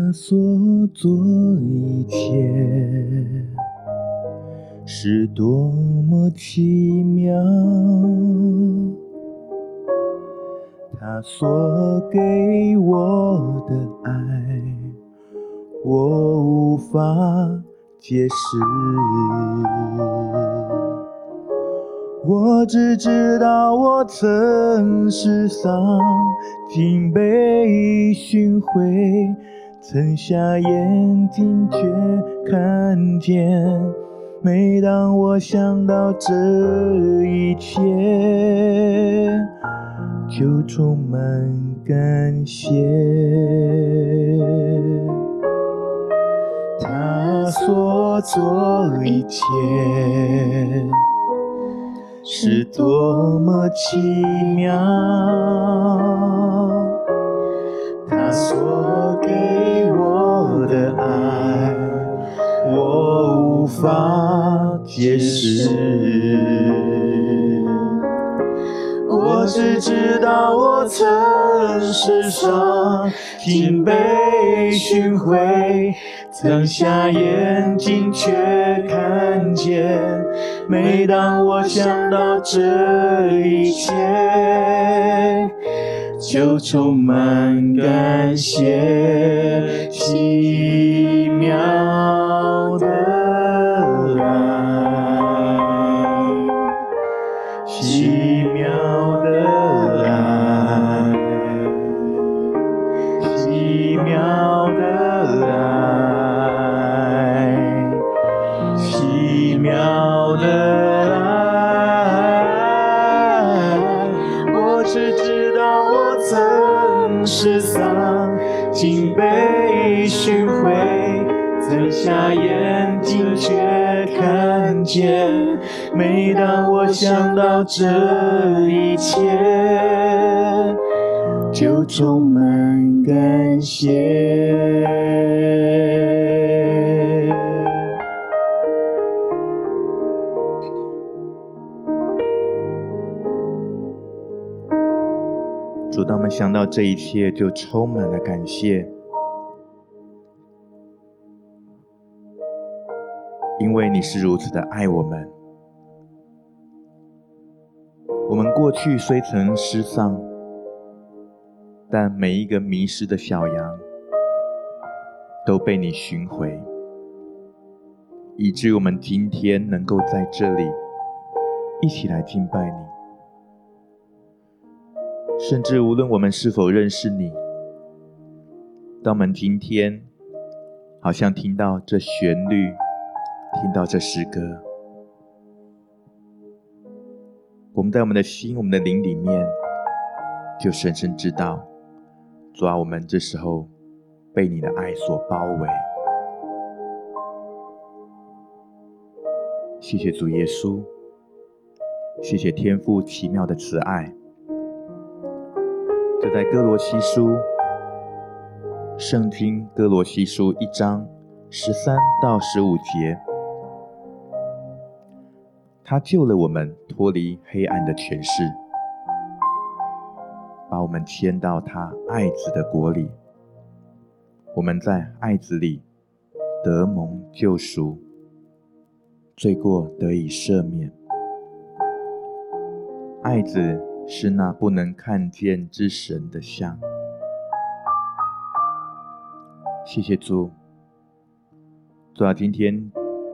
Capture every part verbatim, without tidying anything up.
他所做一切是多么奇妙，他所给我的爱我无法解释，我只知道我曾失丧，竟被寻回，曾瞎眼睛却看见。每当我想到这一切，就充满感谢。他所做一切是多么奇妙，他所给我的爱我无法解释，我只知道我曾失丧，竟被寻回，曾瞎眼睛却看见。每当我想到这一切，就充满感谢。奇妙的爱，奇妙的爱，奇妙的爱，奇妙的爱。我只知道我曾失丧，竟被寻回，曾瞎眼睛却看见。每当我想到这一切，就充满感谢。主，当我们想到这一切，就充满了感谢，因为你是如此的爱我们。我们过去虽曾失丧，但每一个迷失的小羊都被你寻回，以至于我们今天能够在这里一起来敬拜你。甚至无论我们是否认识你，当我们今天好像听到这旋律，听到这诗歌，我们在我们的心，我们的灵里面就深深知道，主啊，我们这时候被你的爱所包围。谢谢主耶稣，谢谢天父奇妙的慈爱。就在哥罗西书，圣经哥罗西书一章十三到十五节，他救了我们脱离黑暗的权势，把我们迁到他爱子的国里。我们在爱子里得蒙救赎，罪过得以赦免。爱子是那不能看见之神的像。谢谢主，主啊，今天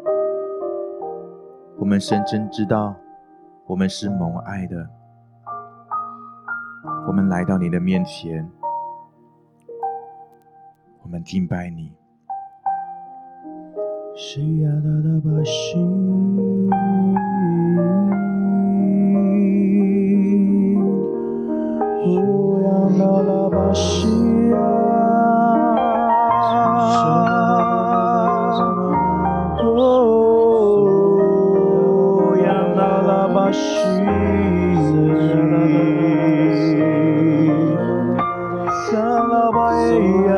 我们深深知道我们是蒙爱的，我们来到你的面前，我们敬拜你。西呀哒哒巴西，乌呀啦啦巴西呀，哦呀啦啦巴西，沙拉巴耶呀。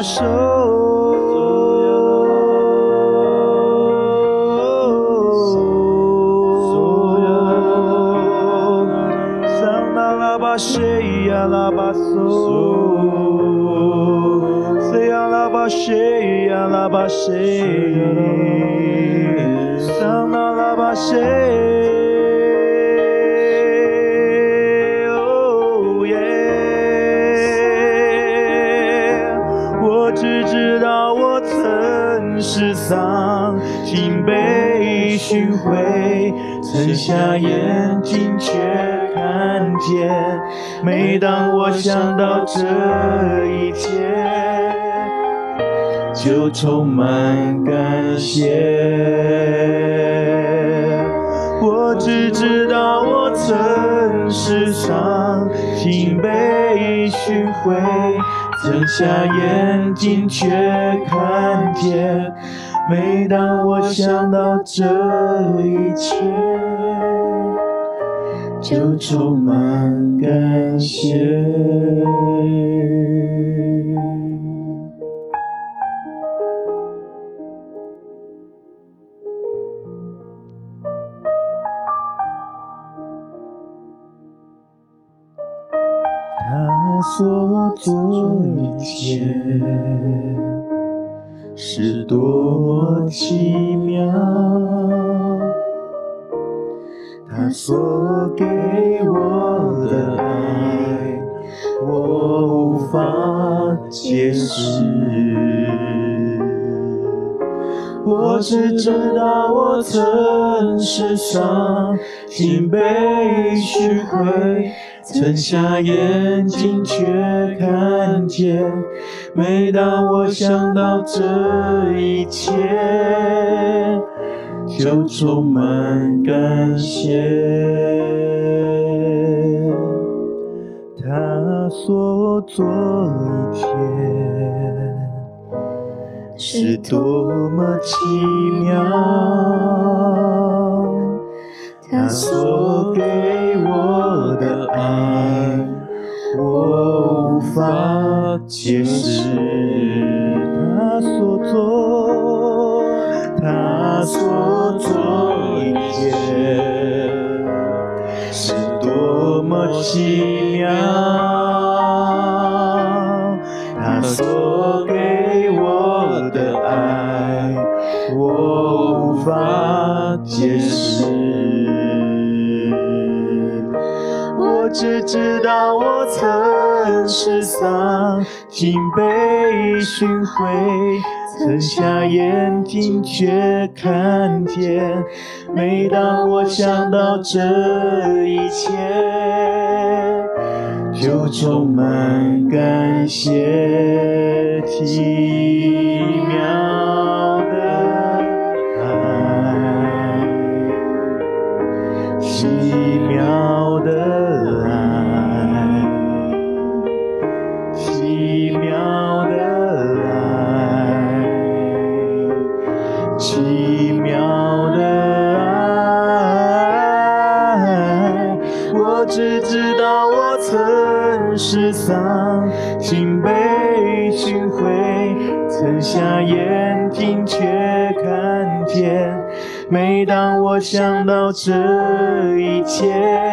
手，桑那拉巴谁呀拉巴嗦，谁呀拉巴谁呀拉巴谁，桑那拉巴谁。只知道我曾是丧，竟被寻回，曾瞎眼睛却看见。每当我想到这一切，就充满感谢。我只知道我曾是丧，竟被寻回，曾瞎眼睛却看见。每当我想到这一切，就充满感谢。他所做一切是多么奇妙，他所给我的爱，我无法解释。我只知道我曾是丧，竟被寻回，曾瞎眼睛却看见。每当我想到这一切，就充满感谢。他所做一切是多么奇妙，他所给我的爱，我无法解释。他所做，他所做一切是多么奇妙，他所给我的爱，我无法解释。我只知道我曾是丧，竟被寻回，曾瞎眼睛却看见。每当我想到这一切，就充满感谢。奇妙的爱，奇妙的爱，奇妙的爱，奇妙的爱。我只知道我曾是丧，竟被寻回，曾瞎眼睛却看见。每当我想到这一切，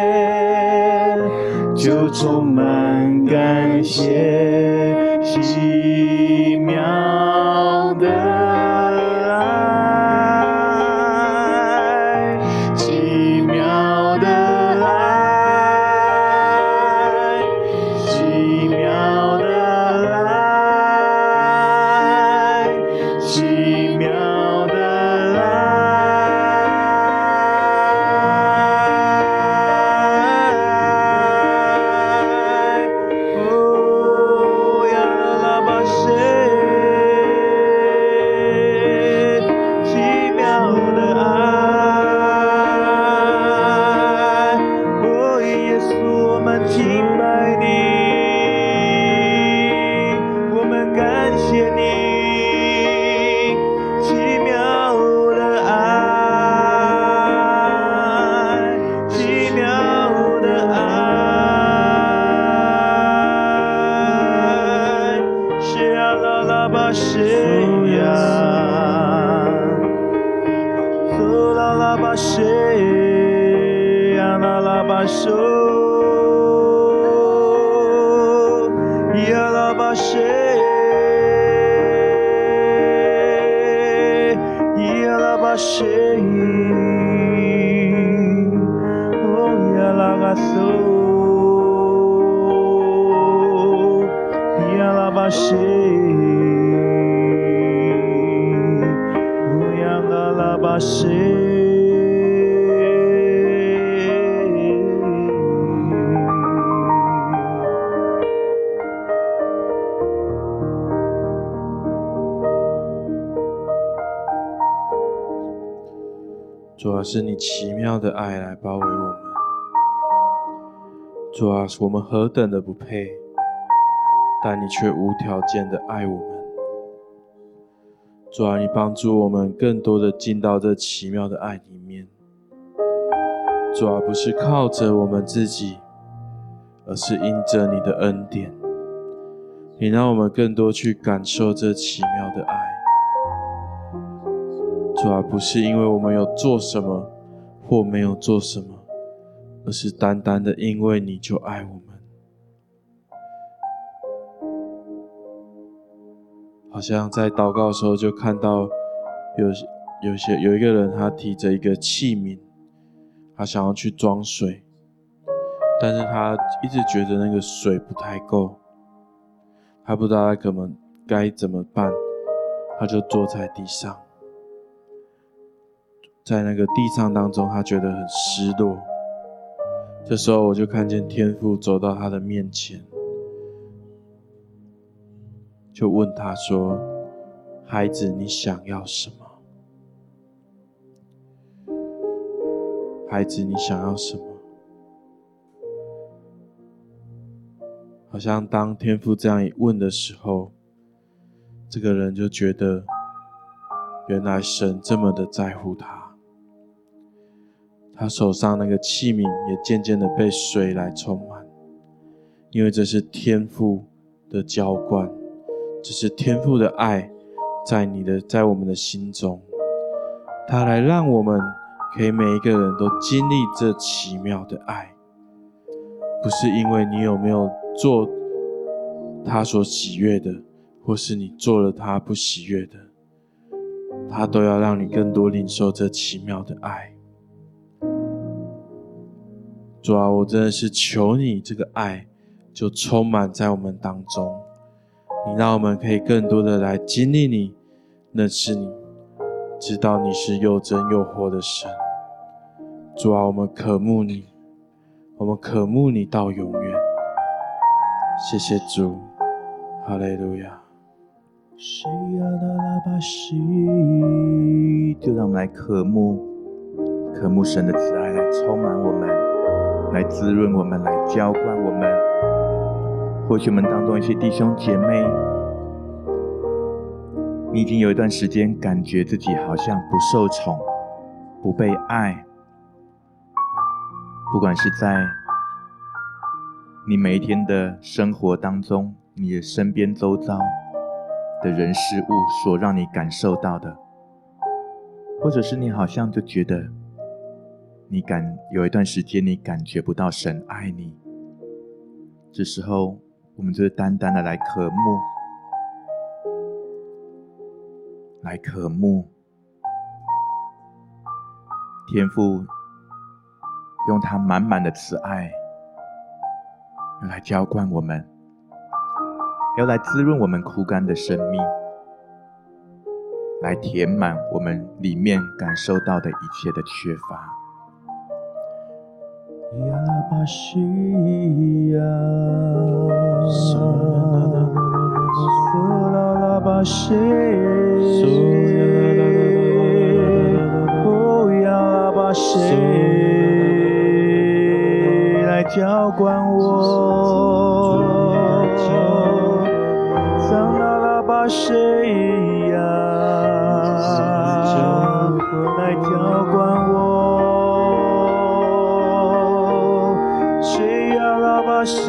就充满感谢。奇妙的爱，奇妙的爱，奇妙的爱，奇妙的爱。哦呀啦啦巴手，亚拉巴谢，亚拉巴谢，哦亚拉嘎索，亚拉巴谢，哦亚拉巴谢。 主啊，是你奇妙的爱来包围我们。主啊，我们何等的不配，但你却无条件的爱我们。主啊，你帮助我们更多的进到这奇妙的爱里面。主啊，不是靠着我们自己，而是因着你的恩典，你让我们更多去感受这奇妙的爱。主啊，不是因为我们有做什么或没有做什么，而是单单的因为你就爱我们。好像在祷告的时候就看到有有些有一个人，他提着一个器皿，他想要去装水，但是他一直觉得那个水不太够，他不知道他怎么该怎么办，他就坐在地上。在那个地上当中，他觉得很失落。这时候我就看见天父走到他的面前，就问他说：孩子，你想要什么？孩子，你想要什么？好像当天父这样一问的时候，这个人就觉得原来神这么的在乎他。他手上那个器皿也渐渐的被水来充满，因为这是天父的浇灌，这是天父的爱在你的在我们的心中，他来让我们可以每一个人都经历这奇妙的爱，不是因为你有没有做他所喜悦的，或是你做了他不喜悦的，他都要让你更多领受这奇妙的爱。主啊，我真的是求你这个爱就充满在我们当中，你让我们可以更多的来经历你，认识你，知道你是又真又活的神。主啊，我们渴慕你，我们渴慕你到永远。谢谢主，哈利路亚。 就让我们来渴慕渴慕神的慈爱来充满我们，来滋润我们，来浇灌我们。或许我们当中一些弟兄姐妹，你已经有一段时间感觉自己好像不受宠，不被爱，不管是在你每一天的生活当中，你的身边周遭的人事物所让你感受到的，或者是你好像就觉得你感有一段时间你感觉不到神爱你，这时候我们就是单单的来渴慕，来渴慕天父用他满满的慈爱要来浇灌我们，要来滋润我们枯干的生命，来填满我们里面感受到的一切的缺乏。呀啦巴西呀，嗦啦啦巴西，哦呀啦巴西，来浇灌我，桑啦啦巴西呀，来浇灌我。谁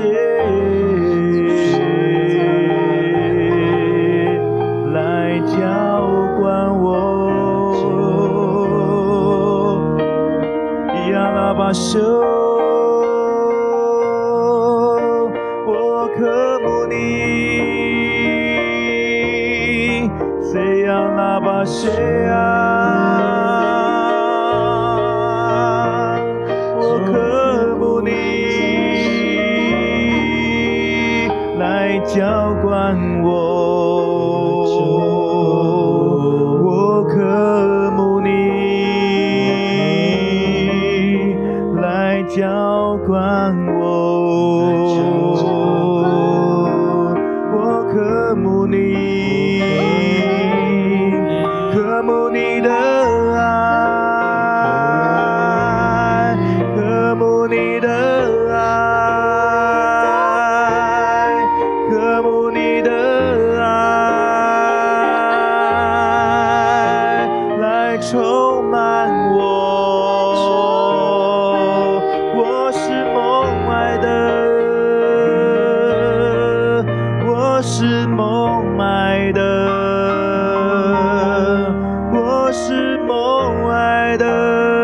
来浇灌我？呀啦巴修， 拉巴西亚，我渴慕你来浇灌我，我渴慕你来浇灌我，我渴慕你，渴慕你的爱，渴慕你的爱，渴慕你的爱来充满我，我是蒙爱的，我是蒙爱的，我是蒙爱的，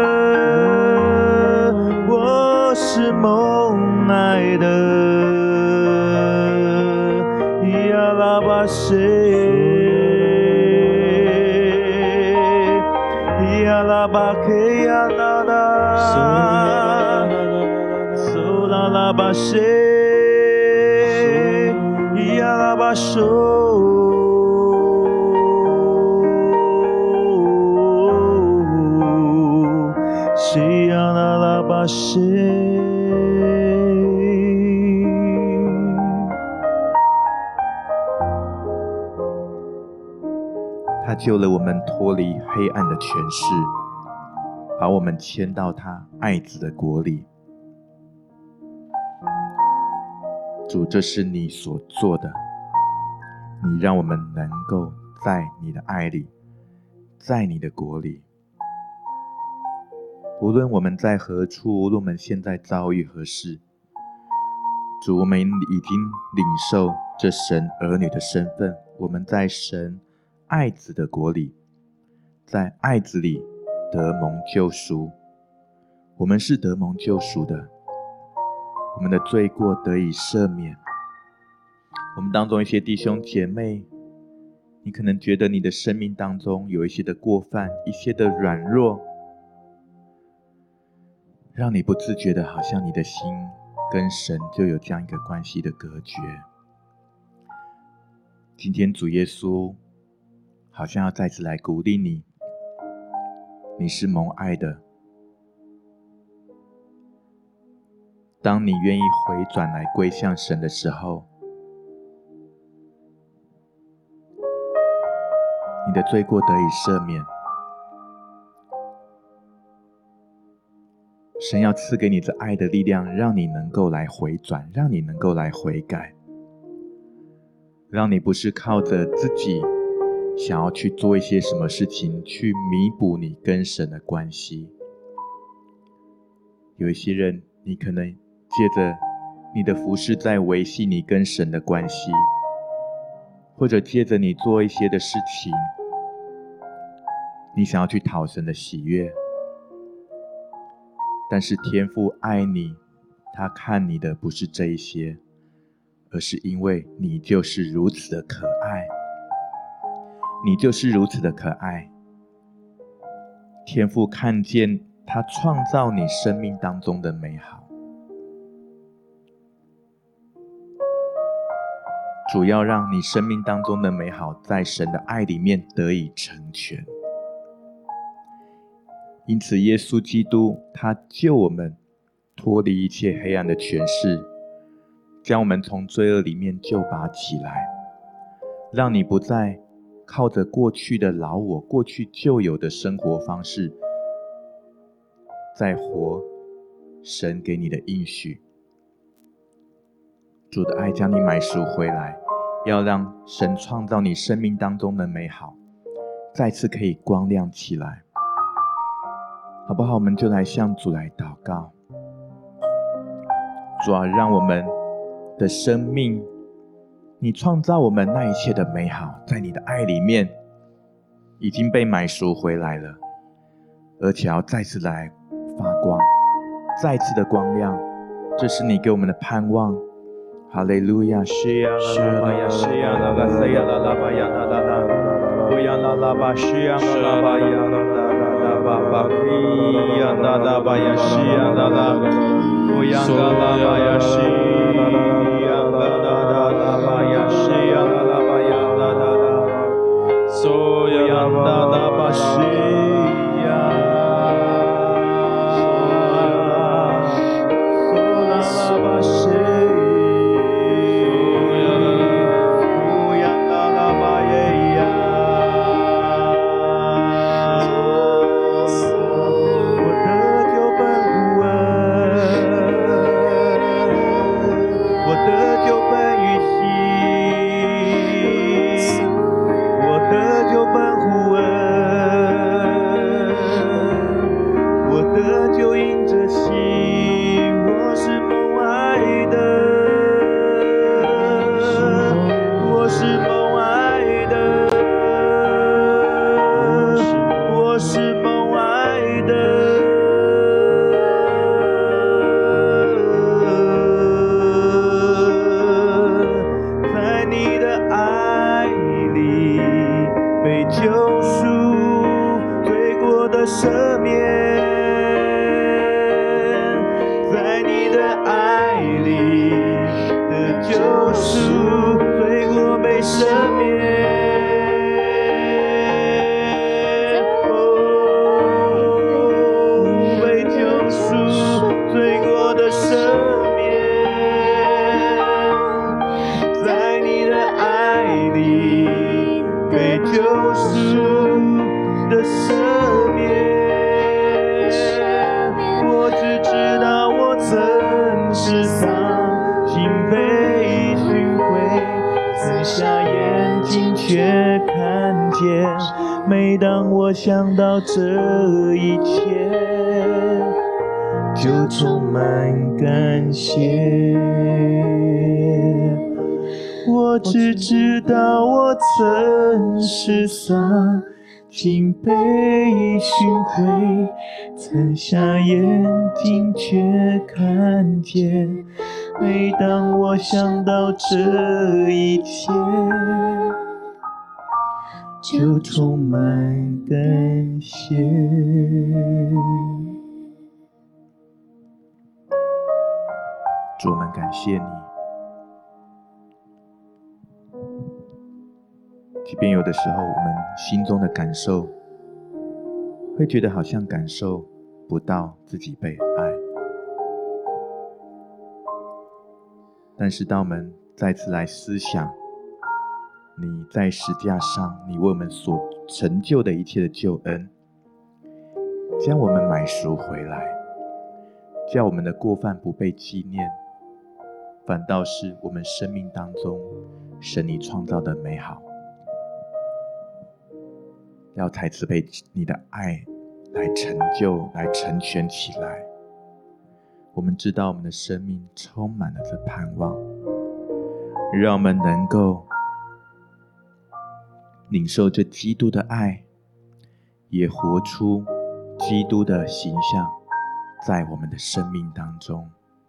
我是蒙爱的，呀啦巴西，呀啦巴克呀啦啦，苏啦啦巴西，呀啦巴苏。西呀啦啦巴西，他救了我们脱离黑暗的权势，把我们迁到他爱子的国里。主，这是你所做的，你让我们能够在你的爱里，在你的国里。无论我们在何处，无论我们现在遭遇何事，主，我们已经领受这神儿女的身份，我们在神爱子的国里，在爱子里得蒙救赎。我们是得蒙救赎的，我们的罪过得以赦免。我们当中一些弟兄姐妹，你可能觉得你的生命当中有一些的过犯，一些的软弱，让你不自觉的好像你的心跟神就有这样一个关系的隔绝。今天主耶稣好像要再次来鼓励你，你是蒙爱的。当你愿意回转来归向神的时候，你的罪过得以赦免，神要赐给你这爱的力量，让你能够来回转，让你能够来悔改，让你不是靠着自己想要去做一些什么事情去弥补你跟神的关系。有一些人，你可能借着你的服事在维系你跟神的关系，或者借着你做一些的事情，你想要去讨神的喜悦。但是天父爱你，他看你的不是这一些，而是因为你就是如此的可爱，你就是如此的可爱。天父看见他创造你生命当中的美好，主要让你生命当中的美好在神的爱里面得以成全。因此耶稣基督他救我们脱离一切黑暗的权势，将我们从罪恶里面救拔起来，让你不再靠着过去的老我，过去旧有的生活方式再活神给你的应许。主的爱将你买赎回来，要让神创造你生命当中的美好再次可以光亮起来，好不好？我们就来向主来祷告。主啊，让我们的生命，你创造我们那一切的美好，在你的爱里面已经被买赎回来了，而且要再次来发光，再次的光亮，这是你给我们的盼望。哈利路亚，是呀啦啦吧呀，是呀啦啦，是呀啦啦吧呀啦啦啦。 呀啦啦吧西呀啦啦吧呀啦啦啦吧吧比呀啦啦吧呀西呀啦啦，我呀啦啦吧呀西呀啦啦啦啦吧呀西呀啦啦吧呀啦啦啦，我呀啦啦吧西呀。 每当我想到这一切，就充满感谢。我只知道我曾是丧，竟被寻回，曾瞎眼睛却看见。每当我想到这一切，就充满感谢。主，我们感谢你，即便有的时候我们心中的感受会觉得好像感受不到自己被爱，但是当我们再次来思想你在十字架上你为我们所成就的一切的救恩，将我们买赎回来，叫我们的过犯不被纪念，反倒是我们生命当中神你创造的美好，要再次被你的爱来成就，来成全起来。我们知道我们的生命充满了这盼望，让我们能够领受这基督的爱，也活出基督的形象在我们的生命当中。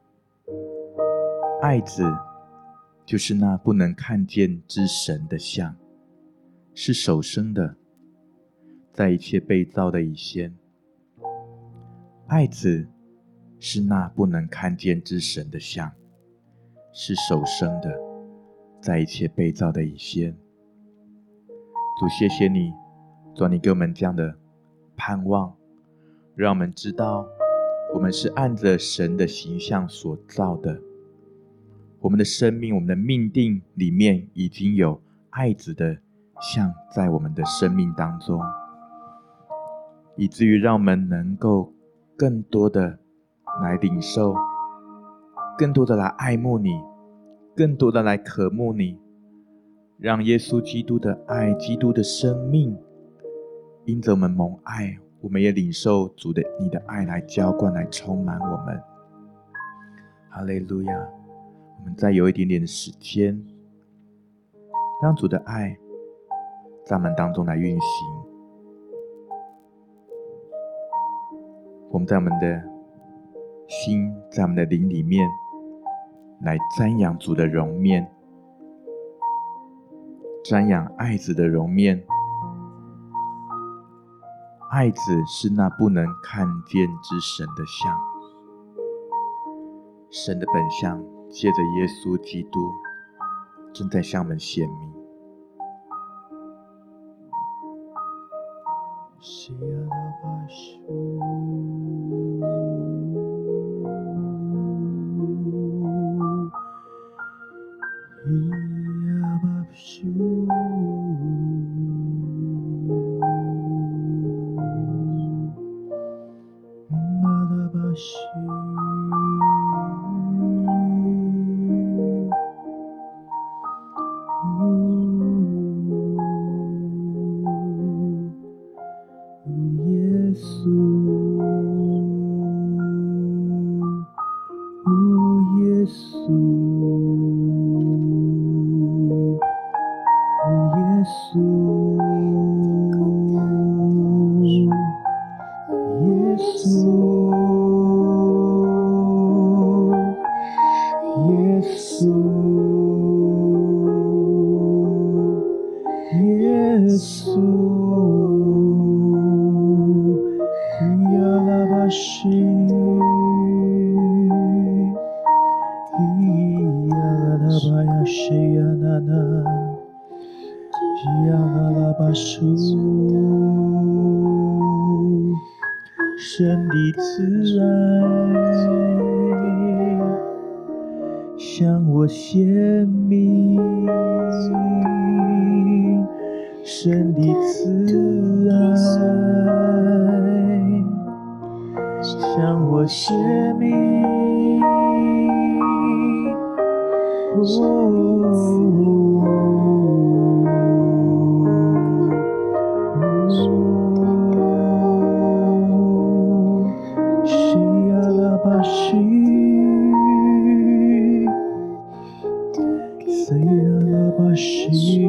爱子就是那不能看见之神的像，是首生的，在一切被造的以先。爱子是那不能看见之神的像，是首生的，在一切被造的以先。主，谢谢你，主，你给我们这样的盼望，让我们知道我们是按着神的形象所造的，我们的生命，我们的命定里面已经有爱子的像在我们的生命当中，以至于让我们能够更多的来领受，更多的来爱慕你，更多的来渴慕你，让耶稣基督的爱，基督的生命，因着我们蒙爱，我们也领受主的你的爱来浇灌，来充满我们。哈利路亚！我们再有一点点的时间，让主的爱在我们当中来运行。我们在我们的心，在我们的灵里面来瞻仰主的容面，瞻仰爱子的容面， 爱子是那不能看见之神的像，神的本相借着耶稣基督正在向我们显明。 耶稣，耶稣，耶稣，耶稣，耶稣，耶稣。西，咿呀啦巴呀西呀那那，咿呀啦啦巴苏，神的慈爱向我显明，神的慈爱向我显明，哦，西呀啦巴西，西呀啦巴西。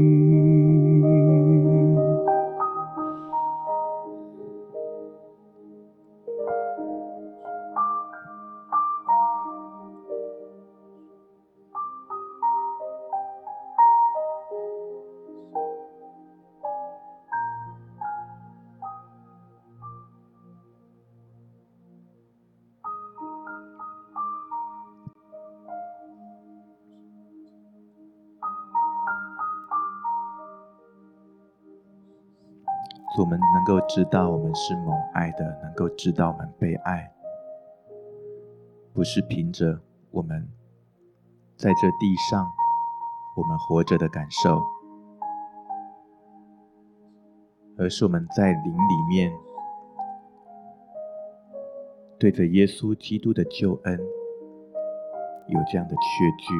我们能够知道我们是蒙爱的，能够知道我们被爱，不是凭着我们在这地上我们活着的感受，而是我们在灵里面对着耶稣基督的救恩有这样的确据。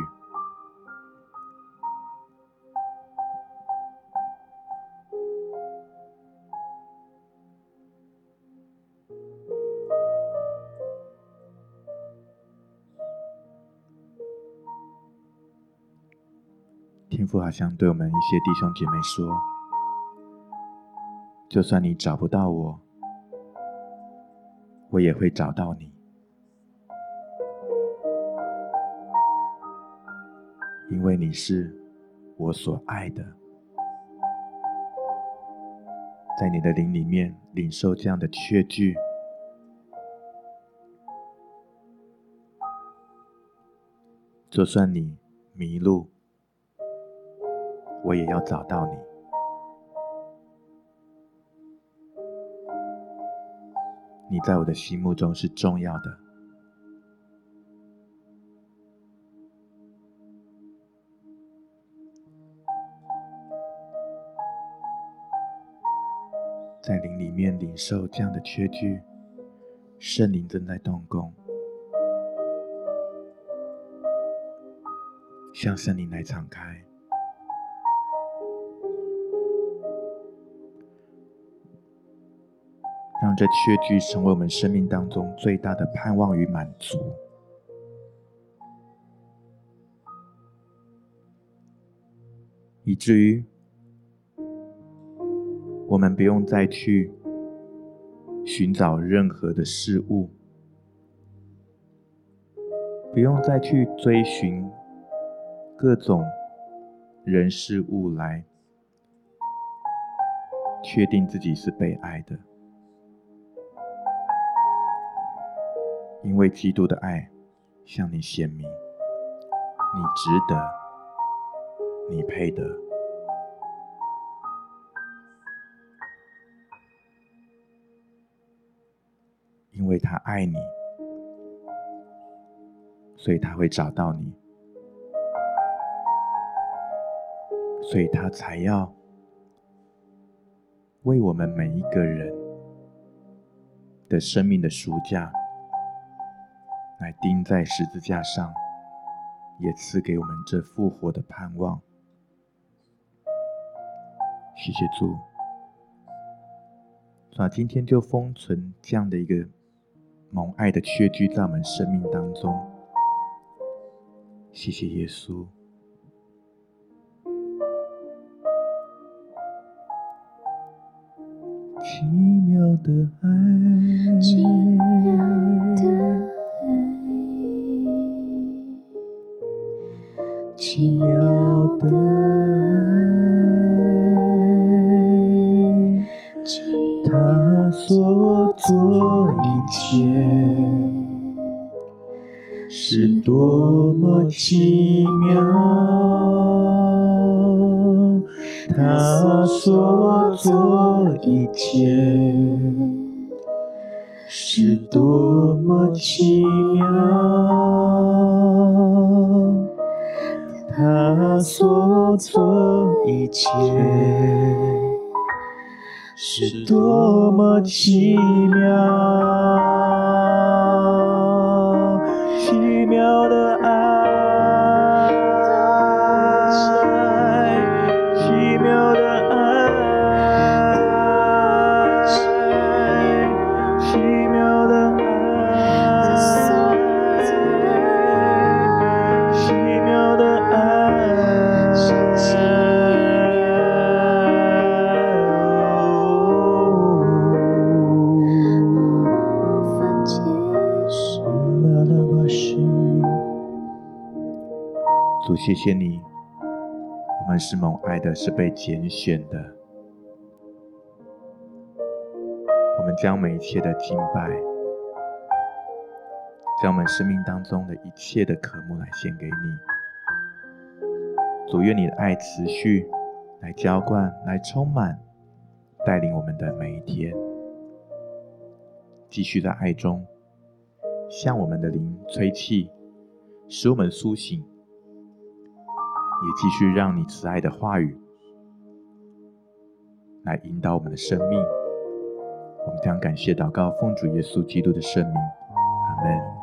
天父好像对我们一些弟兄姐妹说，就算你找不到我，我也会找到你，因为你是我所爱的。在你的灵里面领受这样的确据，就算你迷路，我也要找到你。你在我的心目中是重要的。在灵里面领受这样的确据，圣灵正在动工，向圣灵来敞开，让这确据成为我们生命当中最大的盼望与满足，以至于我们不用再去寻找任何的事物，不用再去追寻各种人事物来确定自己是被爱的。 因为基督的爱向你显明，你值得，你配得。因为他爱你，所以他会找到你，所以他才要为我们每一个人的生命的赎价来钉在十字架上，也赐给我们这复活的盼望。谢谢主。主啊，今天就封存这样的一个蒙爱的确据在我们生命当中。谢谢耶稣。 奇妙的爱， 奇妙的爱，奇妙的爱， 他所做一切是多么奇妙，他所做一切是多么奇妙，他所做一切是多么奇妙，奇妙的爱，奇妙的爱，奇妙的爱，奇妙的爱， 无法解释。 主，谢谢你，我们是蒙爱的，是被拣选的。我们将每一切的敬拜，将我们生命当中的一切的渴慕来献给你。主，愿你的爱持续来浇灌，来充满，带领我们的每一天，继续在爱中向我们的灵吹气，使我们苏醒，也继续让你慈爱的话语来引导我们的生命。我们将感谢祷告，奉主耶稣基督的圣名，阿们。